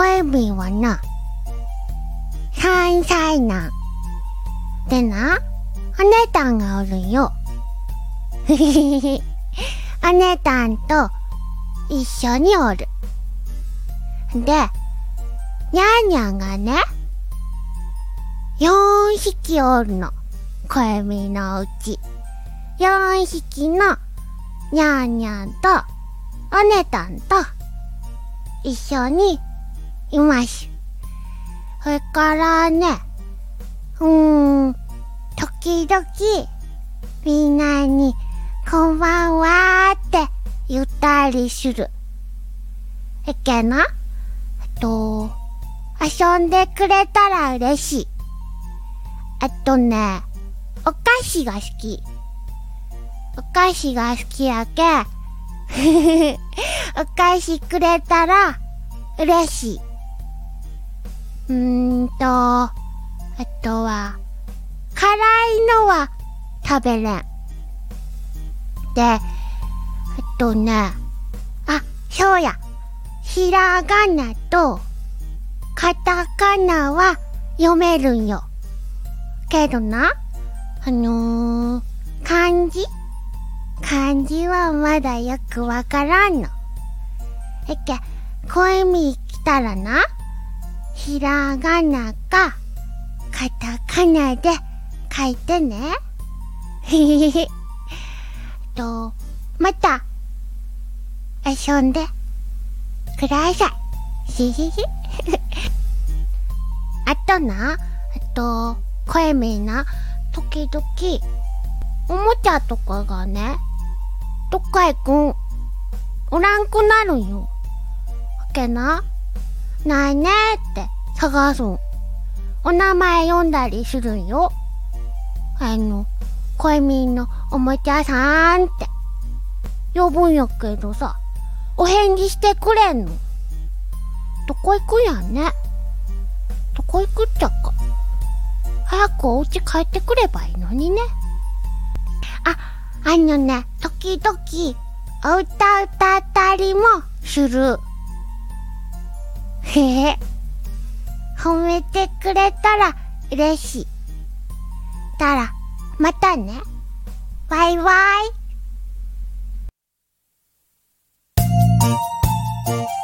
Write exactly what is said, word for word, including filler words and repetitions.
声みはな、さんさいなん。でな、お姉たんがおるんよ。ふひひひ。お姉たんと一緒におる。で、にゃんにゃんがね、よんひきおるの。声みのうち。よんひきのにゃんにゃんとお姉たんと一緒にいます。それからね、うーん、時々みんなにこんばんはーって言ったりする。えけな、えっと、遊んでくれたら嬉しい。あとね、お菓子が好き。お菓子が好きやけ、お菓子くれたら嬉しい。うーんと、あとは、辛いのは食べれん。で、えっとね、あ、そうや、ひらがなとカタカナは読めるんよ。けどな、あのー、漢字漢字はまだよくわからんの。えけ、声み来たらな、ひらがなかカタカナで書いてね。へへへ。と、また遊んでください。へへへ。あとな、あと、声みな、時々、おもちゃとかがね、どっか行くん、おらんくなるんよ。けな、ないねーって探すん。お名前読んだりするんよ。あの、声みのおもちゃさんって呼ぶんやけどさ、お返事してくれんの。どこ行くんやね。どこ行くっちゃか。早くお家帰ってくればいいのにね。あ、あのね、時々お歌歌ったりもする。へへ。褒めてくれたら嬉しい。たら、またね。バイバイ。